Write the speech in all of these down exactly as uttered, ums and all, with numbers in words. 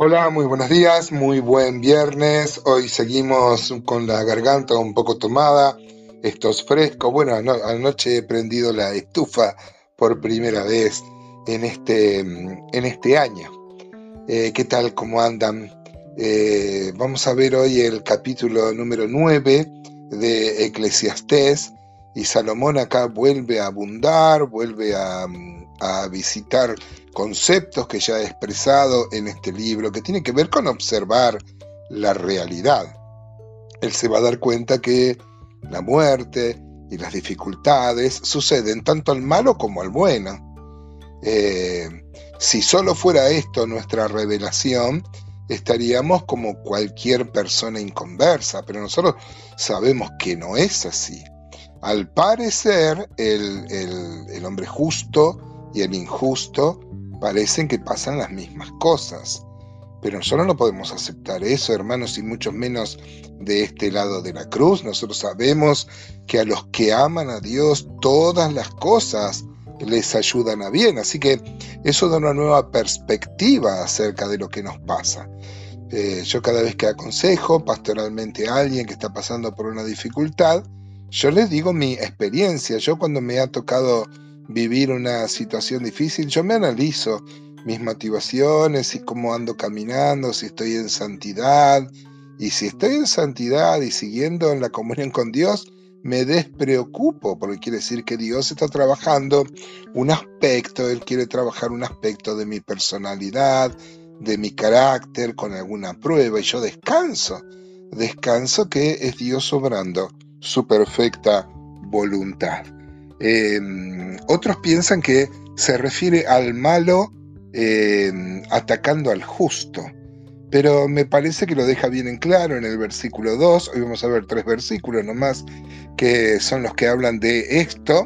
Hola, muy buenos días, muy buen viernes. Hoy seguimos con la garganta un poco tomada. Esto es fresco. Bueno, ano- anoche he prendido la estufa por primera vez en este, mm, en este año. Eh, ¿qué tal? ¿Cómo andan? Eh, vamos a ver hoy el capítulo número nueve de Eclesiastés y Salomón acá vuelve a abundar, vuelve a, mm, a visitar conceptos que ya he expresado en este libro, que tiene que ver con observar la realidad. Él se va a dar cuenta que la muerte y las dificultades suceden tanto al malo como al bueno. Eh, si solo fuera esto nuestra revelación, estaríamos como cualquier persona inconversa, pero nosotros sabemos que no es así. Al parecer, el, el, el hombre justo y el injusto parecen que pasan las mismas cosas. Pero nosotros no podemos aceptar eso, hermanos, y mucho menos de este lado de la cruz. Nosotros sabemos que a los que aman a Dios, todas las cosas les ayudan a bien. Así que eso da una nueva perspectiva acerca de lo que nos pasa. Eh, yo cada vez que aconsejo pastoralmente a alguien que está pasando por una dificultad, yo les digo mi experiencia. Yo cuando me ha tocado vivir una situación difícil, yo me analizo mis motivaciones y cómo ando caminando, si estoy en santidad. Y si estoy en santidad y siguiendo en la comunión con Dios, me despreocupo, porque quiere decir que Dios está trabajando un aspecto, Él quiere trabajar un aspecto de mi personalidad, de mi carácter con alguna prueba, y yo descanso, descanso que es Dios obrando su perfecta voluntad. Eh, Otros piensan que se refiere al malo eh, atacando al justo, pero me parece que lo deja bien en claro en el versículo dos. Hoy vamos a ver tres versículos nomás que son los que hablan de esto,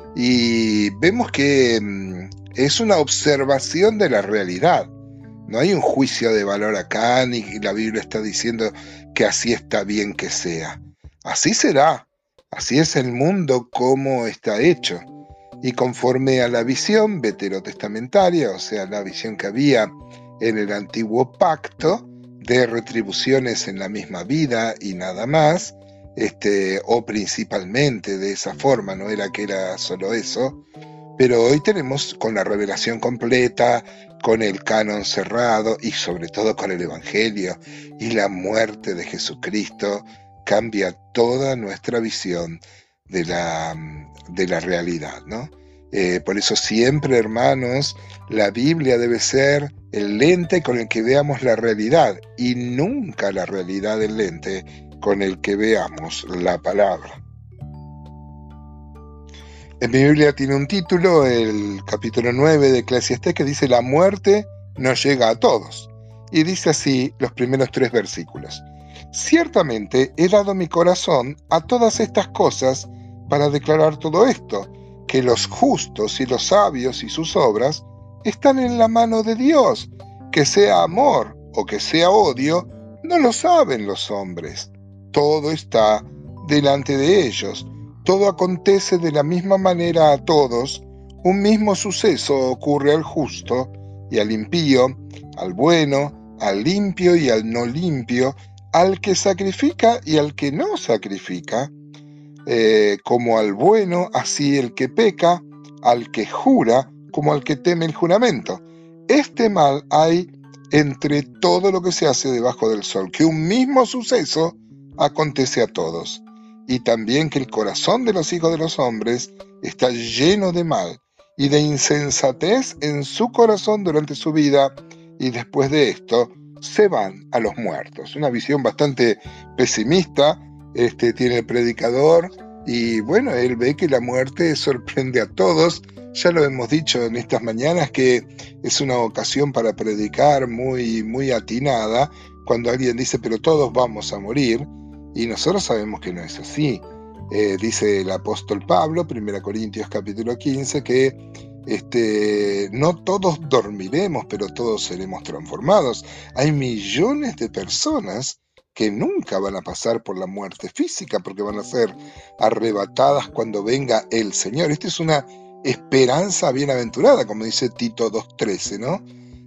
y vemos que mm, es una observación de la realidad. No hay un juicio de valor acá, ni la Biblia está diciendo que así está bien que sea. Así será, así es el mundo como está hecho. Y conforme a la visión veterotestamentaria, o sea, la visión que había en el antiguo pacto de retribuciones en la misma vida y nada más, este, o principalmente de esa forma, no era que era solo eso, pero hoy tenemos con la revelación completa, con el canon cerrado y sobre todo con el Evangelio y la muerte de Jesucristo, cambia toda nuestra visión de la, de la realidad, ¿no? Eh, por eso siempre, hermanos, la Biblia debe ser el lente con el que veamos la realidad y nunca la realidad el lente con el que veamos la palabra. En mi Biblia tiene un título, el capítulo nueve de Eclesiastés, que dice: la muerte no llega a todos. Y dice así los primeros tres versículos: ciertamente he dado mi corazón a todas estas cosas para declarar todo esto, que los justos y los sabios y sus obras están en la mano de Dios, que sea amor o que sea odio, no lo saben los hombres. Todo está delante de ellos. Todo acontece de la misma manera a todos, un mismo suceso ocurre al justo y al impío, al bueno, al limpio y al no limpio, al que sacrifica y al que no sacrifica, eh, como al bueno, así el que peca, al que jura, como al que teme el juramento. Este mal hay entre todo lo que se hace debajo del sol, que un mismo suceso acontece a todos. Y también que el corazón de los hijos de los hombres está lleno de mal y de insensatez en su corazón durante su vida, y después de esto se van a los muertos. Una visión bastante pesimista este, tiene el predicador, y bueno, él ve que la muerte sorprende a todos. Ya lo hemos dicho en estas mañanas que es una ocasión para predicar muy, muy atinada cuando alguien dice: pero todos vamos a morir. Y nosotros sabemos que no es así. Eh, dice el apóstol Pablo, primera Corintios capítulo quince, que este, no todos dormiremos, pero todos seremos transformados. Hay millones de personas que nunca van a pasar por la muerte física, porque van a ser arrebatadas cuando venga el Señor. Esta es una esperanza bienaventurada, como dice Tito dos trece, ¿no?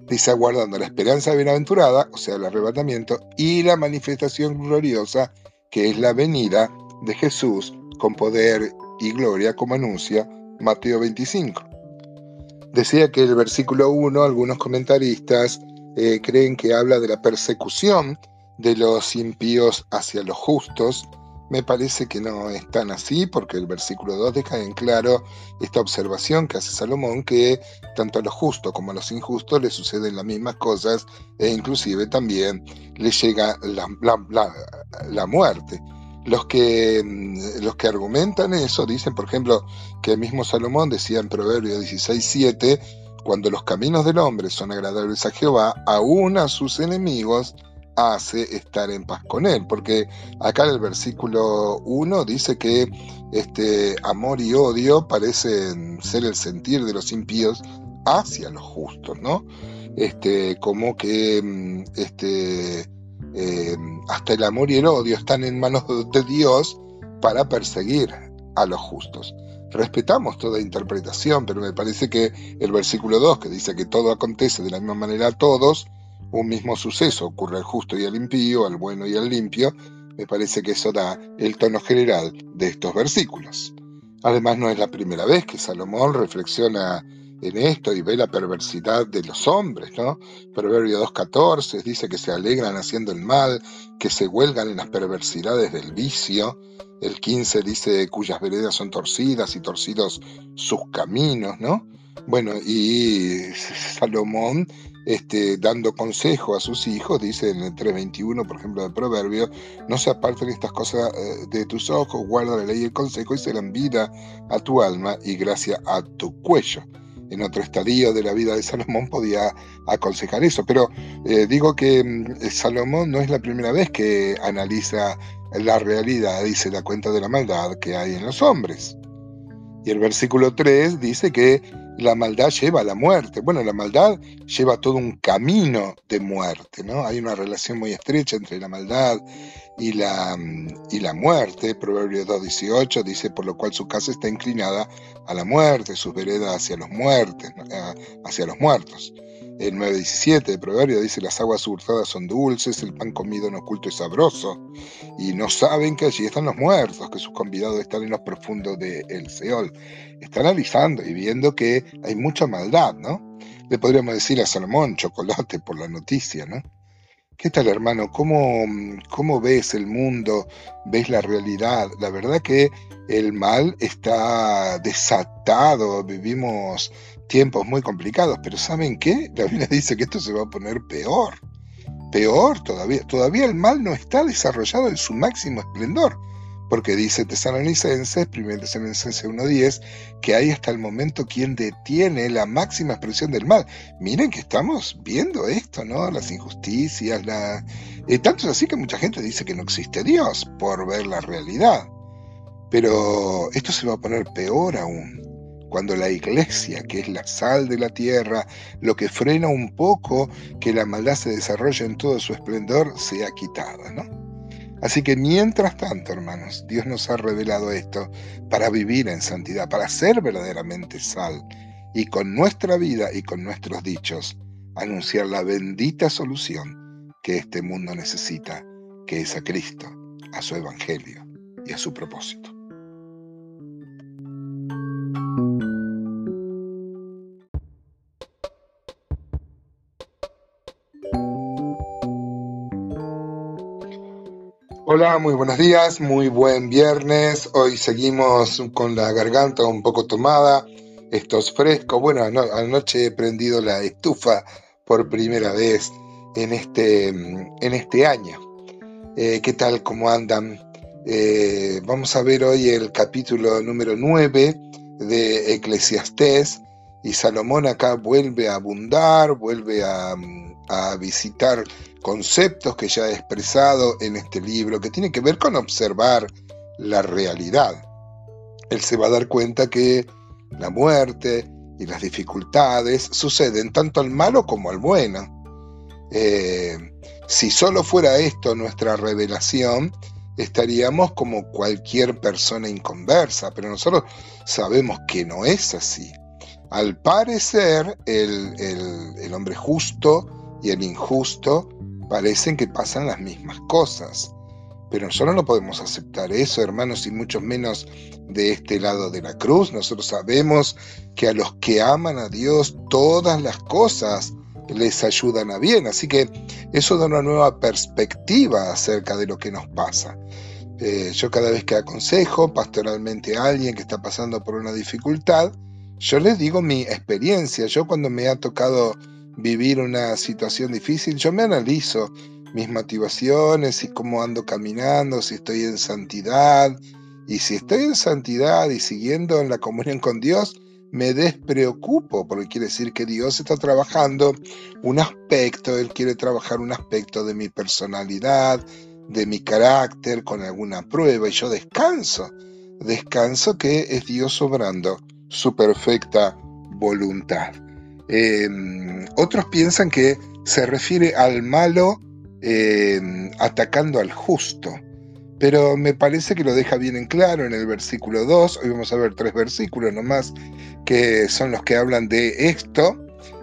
Dice, aguardando la esperanza bienaventurada, o sea, el arrebatamiento, y la manifestación gloriosa, que es la venida de Jesús con poder y gloria, como anuncia Mateo veinticinco. Decía que el versículo uno, algunos comentaristas eh, creen que habla de la persecución de los impíos hacia los justos. Me parece que no es tan así, porque el versículo dos deja en claro esta observación que hace Salomón, que tanto a los justos como a los injustos les suceden las mismas cosas, e inclusive también les llega la, la, la, la muerte. Los que, los que argumentan eso dicen, por ejemplo, que el mismo Salomón decía en Proverbios dieciséis siete, cuando los caminos del hombre son agradables a Jehová, aún a sus enemigos hace estar en paz con él, porque acá en el versículo uno dice que este amor y odio parecen ser el sentir de los impíos hacia los justos, ¿no? Este, como que este, eh, hasta el amor y el odio están en manos de Dios para perseguir a los justos. Respetamos toda interpretación, pero me parece que el versículo dos, que dice que todo acontece de la misma manera a todos, un mismo suceso ocurre al justo y al impío, al bueno y al limpio, me parece que eso da el tono general de estos versículos. Además, no es la primera vez que Salomón reflexiona en esto y ve la perversidad de los hombres, ¿no? Proverbio dos catorce dice que se alegran haciendo el mal, que se huelgan en las perversidades del vicio. El quince dice cuyas veredas son torcidas y torcidos sus caminos, ¿no? Bueno, y Salomón, este, dando consejo a sus hijos, dice en el tres veintiuno, por ejemplo, de Proverbio, no se aparten estas cosas de tus ojos, guarda la ley y el consejo y serán vida a tu alma y gracia a tu cuello. En otro estadio de la vida de Salomón podía aconsejar eso, pero eh, digo que eh, Salomón no es la primera vez que analiza la realidad y se da cuenta de la maldad que hay en los hombres. Y el versículo tres dice que la maldad lleva a la muerte. Bueno, la maldad lleva todo un camino de muerte, ¿no? Hay una relación muy estrecha entre la maldad y la, y la muerte. Proverbios dos dieciocho dice, por lo cual su casa está inclinada a la muerte, sus veredas hacia los muertes, hacia los muertos. El nueve diecisiete de Proverbios dice, las aguas hurtadas son dulces, el pan comido en oculto es sabroso, y no saben que allí están los muertos, que sus convidados están en los profundos del Seol. Está analizando y viendo que hay mucha maldad, ¿no? Le podríamos decir a Salomón, chocolate por la noticia, ¿no? ¿Qué tal, hermano? ¿Cómo, cómo ves el mundo? ¿Ves la realidad? La verdad que el mal está desatado, vivimos tiempos muy complicados, pero ¿saben qué? La Biblia dice que esto se va a poner peor, peor todavía. Todavía el mal no está desarrollado en su máximo esplendor, porque dice Tesalonicenses, primero Tesalonicenses uno diez, que hay hasta el momento quien detiene la máxima expresión del mal. Miren que estamos viendo esto, ¿no? Las injusticias, la... Eh, tanto es así que mucha gente dice que no existe Dios por ver la realidad. Pero esto se va a poner peor aún, cuando la iglesia, que es la sal de la tierra, lo que frena un poco que la maldad se desarrolle en todo su esplendor, sea quitada, ¿no? Así que mientras tanto, hermanos, Dios nos ha revelado esto para vivir en santidad, para ser verdaderamente sal, y con nuestra vida y con nuestros dichos, anunciar la bendita solución que este mundo necesita, que es a Cristo, a su evangelio y a su propósito. Hola, muy buenos días, muy buen viernes. Hoy seguimos con la garganta un poco tomada. Esto es fresco. Bueno, ano- anoche he prendido la estufa por primera vez en este, en este año. Eh, ¿qué tal? ¿Cómo andan? Eh, vamos a ver hoy el capítulo número nueve de Eclesiastés, y Salomón acá vuelve a abundar, vuelve a, a visitar conceptos que ya he expresado en este libro, que tienen que ver con observar la realidad. Él se va a dar cuenta que la muerte y las dificultades suceden tanto al malo como al bueno. Eh, si solo fuera esto nuestra revelación, estaríamos como cualquier persona inconversa, pero nosotros sabemos que no es así. Al parecer, el, el, el hombre justo y el injusto parecen que pasan las mismas cosas. Pero nosotros no podemos aceptar eso, hermanos, y mucho menos de este lado de la cruz. Nosotros sabemos que a los que aman a Dios, todas las cosas les ayudan a bien. Así que eso da una nueva perspectiva acerca de lo que nos pasa. Eh, yo cada vez que aconsejo pastoralmente a alguien que está pasando por una dificultad, yo les digo mi experiencia. Yo cuando me ha tocado vivir una situación difícil, yo me analizo mis motivaciones y cómo ando caminando, si estoy en santidad. Y si estoy en santidad y siguiendo en la comunión con Dios, me despreocupo, porque quiere decir que Dios está trabajando un aspecto, Él quiere trabajar un aspecto de mi personalidad, de mi carácter, con alguna prueba, y yo descanso, descanso que es Dios obrando su perfecta voluntad. Eh, otros piensan que se refiere al malo eh, atacando al justo, pero me parece que lo deja bien en claro en el versículo dos. Hoy vamos a ver tres versículos nomás que son los que hablan de esto,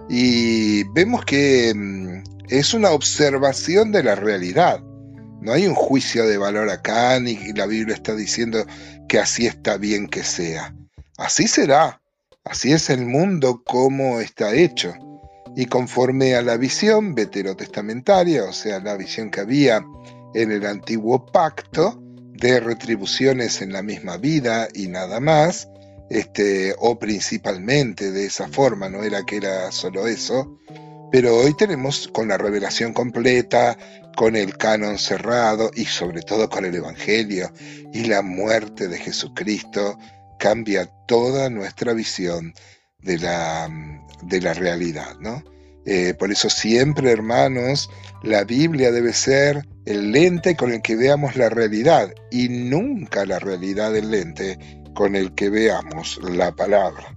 y vemos que mm, es una observación de la realidad. No hay un juicio de valor acá, ni la Biblia está diciendo que así está bien que sea. Así será, así es el mundo como está hecho. Y conforme a la visión veterotestamentaria, o sea, la visión que había en el antiguo pacto, de retribuciones en la misma vida y nada más, este, o principalmente de esa forma, no era que era solo eso, pero hoy tenemos con la revelación completa, con el canon cerrado y sobre todo con el Evangelio y la muerte de Jesucristo, cambia toda nuestra visión de la, de la realidad, ¿no? Eh, por eso siempre, hermanos, la Biblia debe ser el lente con el que veamos la realidad y nunca la realidad del lente con el que veamos la palabra.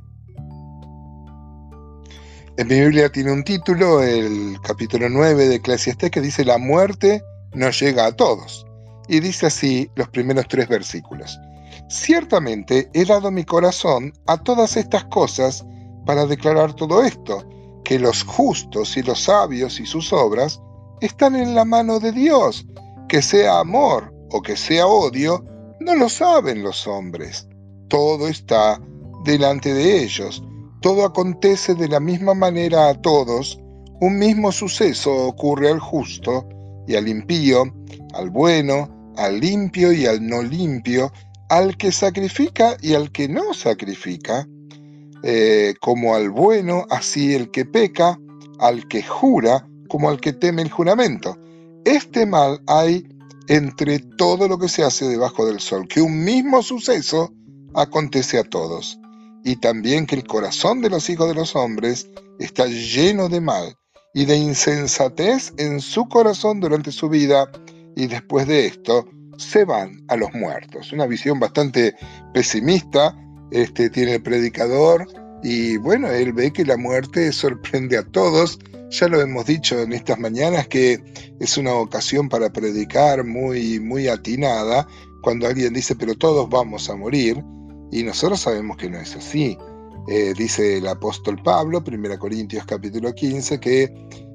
En mi Biblia tiene un título, el capítulo nueve de Eclesiastés, que dice: la muerte no llega a todos. Y dice así los primeros tres versículos: ciertamente he dado mi corazón a todas estas cosas para declarar todo esto, que los justos y los sabios y sus obras están en la mano de Dios, que sea amor o que sea odio, no lo saben los hombres. Todo está delante de ellos, todo acontece de la misma manera a todos, un mismo suceso ocurre al justo y al impío, al bueno, al limpio y al no limpio, al que sacrifica y al que no sacrifica, eh, como al bueno, así el que peca, al que jura, como al que teme el juramento. Este mal hay entre todo lo que se hace debajo del sol, que un mismo suceso acontece a todos, y también que el corazón de los hijos de los hombres está lleno de mal y de insensatez en su corazón durante su vida, y después de esto se van a los muertos. Una visión bastante pesimista este, tiene el predicador, y bueno, él ve que la muerte sorprende a todos. Ya lo hemos dicho en estas mañanas que es una ocasión para predicar muy, muy atinada, cuando alguien dice, pero todos vamos a morir, y nosotros sabemos que no es así. Eh, dice el apóstol Pablo, primera Corintios capítulo quince, que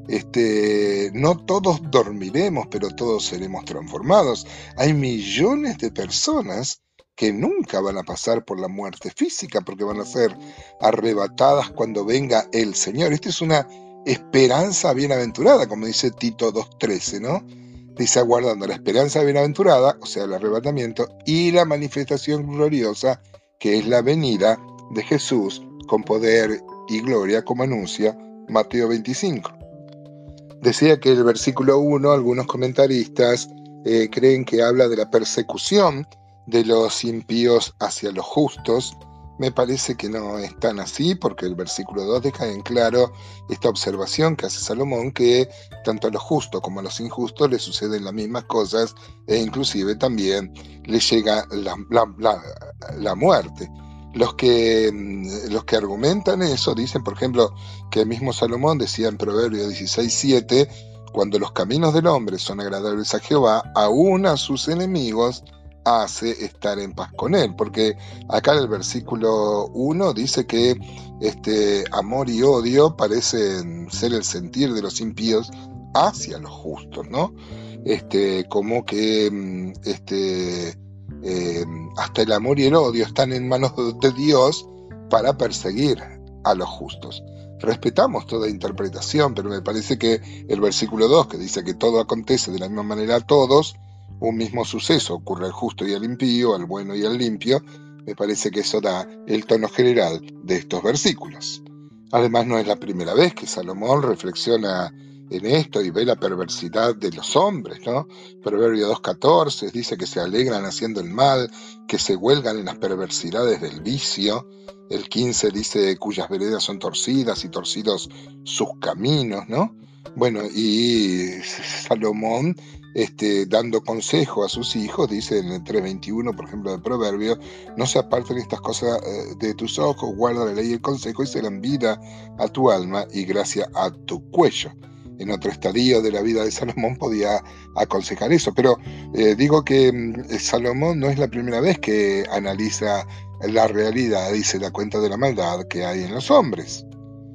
este, no todos dormiremos, pero todos seremos transformados. Hay millones de personas que nunca van a pasar por la muerte física, porque van a ser arrebatadas cuando venga el Señor. Esta es una esperanza bienaventurada, como dice Tito dos trece, ¿no? Dice, aguardando la esperanza bienaventurada, o sea, el arrebatamiento, y la manifestación gloriosa, que es la venida de Jesús con poder y gloria, como anuncia Mateo veinticinco. Decía que el versículo uno, algunos comentaristas eh, creen que habla de la persecución de los impíos hacia los justos. Me parece que no es tan así, porque el versículo dos deja en claro esta observación que hace Salomón, que tanto a los justos como a los injustos les suceden las mismas cosas, e inclusive también les llega la, la, la, la muerte. Los que, los que argumentan eso dicen, por ejemplo, que el mismo Salomón decía en Proverbios dieciséis siete, cuando los caminos del hombre son agradables a Jehová, aún a sus enemigos hace estar en paz con Él, porque acá en el versículo uno dice que este, amor y odio parecen ser el sentir de los impíos hacia los justos, ¿no? Este, como que mm, este, eh, hasta el amor y el odio están en manos de Dios para perseguir a los justos. Respetamos toda interpretación, pero me parece que el versículo dos, que dice que todo acontece de la misma manera a todos, un mismo suceso ocurre al justo y al impío, al bueno y al limpio, me parece que eso da el tono general de estos versículos. Además, no es la primera vez que Salomón reflexiona en esto y ve la perversidad de los hombres, ¿no? Proverbio dos catorce dice que se alegran haciendo el mal, que se huelgan en las perversidades del vicio. El quince dice cuyas veredas son torcidas y torcidos sus caminos, ¿no? Bueno, y Salomón, este, dando consejo a sus hijos, dice en el tres veintiuno, por ejemplo, de Proverbio, no se aparten estas cosas eh, de tus ojos, guarda la ley y el consejo y serán vida a tu alma y gracia a tu cuello. En otro estadio de la vida de Salomón podía aconsejar eso, pero eh, digo que eh, Salomón no es la primera vez que analiza la realidad y se da cuenta de la maldad que hay en los hombres.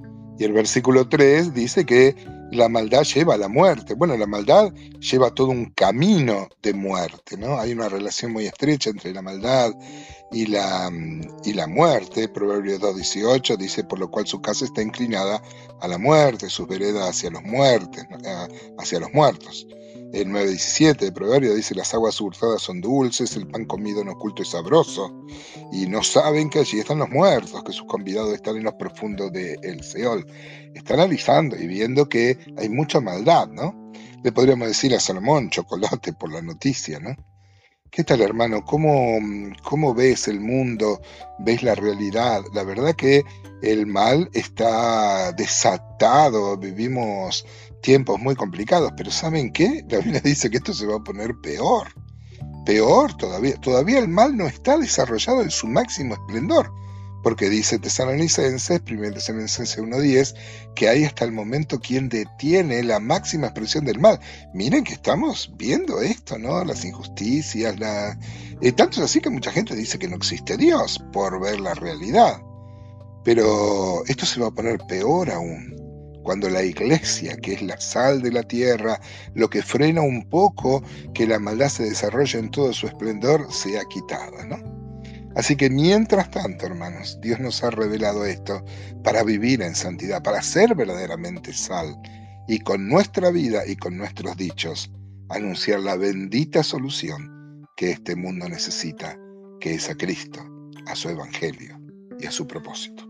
Y el versículo tres dice que la maldad lleva a la muerte. Bueno, la maldad lleva todo un camino de muerte, ¿no? Hay una relación muy estrecha entre la maldad y la, y la muerte. Proverbios dos dieciocho dice, por lo cual su casa está inclinada a la muerte, sus veredas hacia los muertes, hacia los muertos. El nueve diecisiete de Proverbio dice, las aguas hurtadas son dulces, el pan comido en oculto es sabroso, y no saben que allí están los muertos, que sus convidados están en los profundos del Seol. Está analizando y viendo que hay mucha maldad, ¿no? Le podríamos decir a Salomón, chocolate por la noticia, ¿no? ¿Qué tal, hermano? ¿Cómo, cómo ves el mundo? ¿Ves la realidad? La verdad que el mal está desatado, vivimos tiempos muy complicados, pero ¿saben qué? La Biblia dice que esto se va a poner peor, peor todavía. Todavía el mal no está desarrollado en su máximo esplendor, porque dice Tesalonicenses, primero Tesalonicenses uno diez, que hay hasta el momento quien detiene la máxima expresión del mal. Miren que estamos viendo esto, ¿no? Las injusticias, la... Eh, tanto es así que mucha gente dice que no existe Dios por ver la realidad. Pero esto se va a poner peor aún, cuando la iglesia, que es la sal de la tierra, lo que frena un poco que la maldad se desarrolle en todo su esplendor, sea quitada, ¿no? Así que mientras tanto, hermanos, Dios nos ha revelado esto para vivir en santidad, para ser verdaderamente sal, y con nuestra vida y con nuestros dichos, anunciar la bendita solución que este mundo necesita, que es a Cristo, a su evangelio y a su propósito.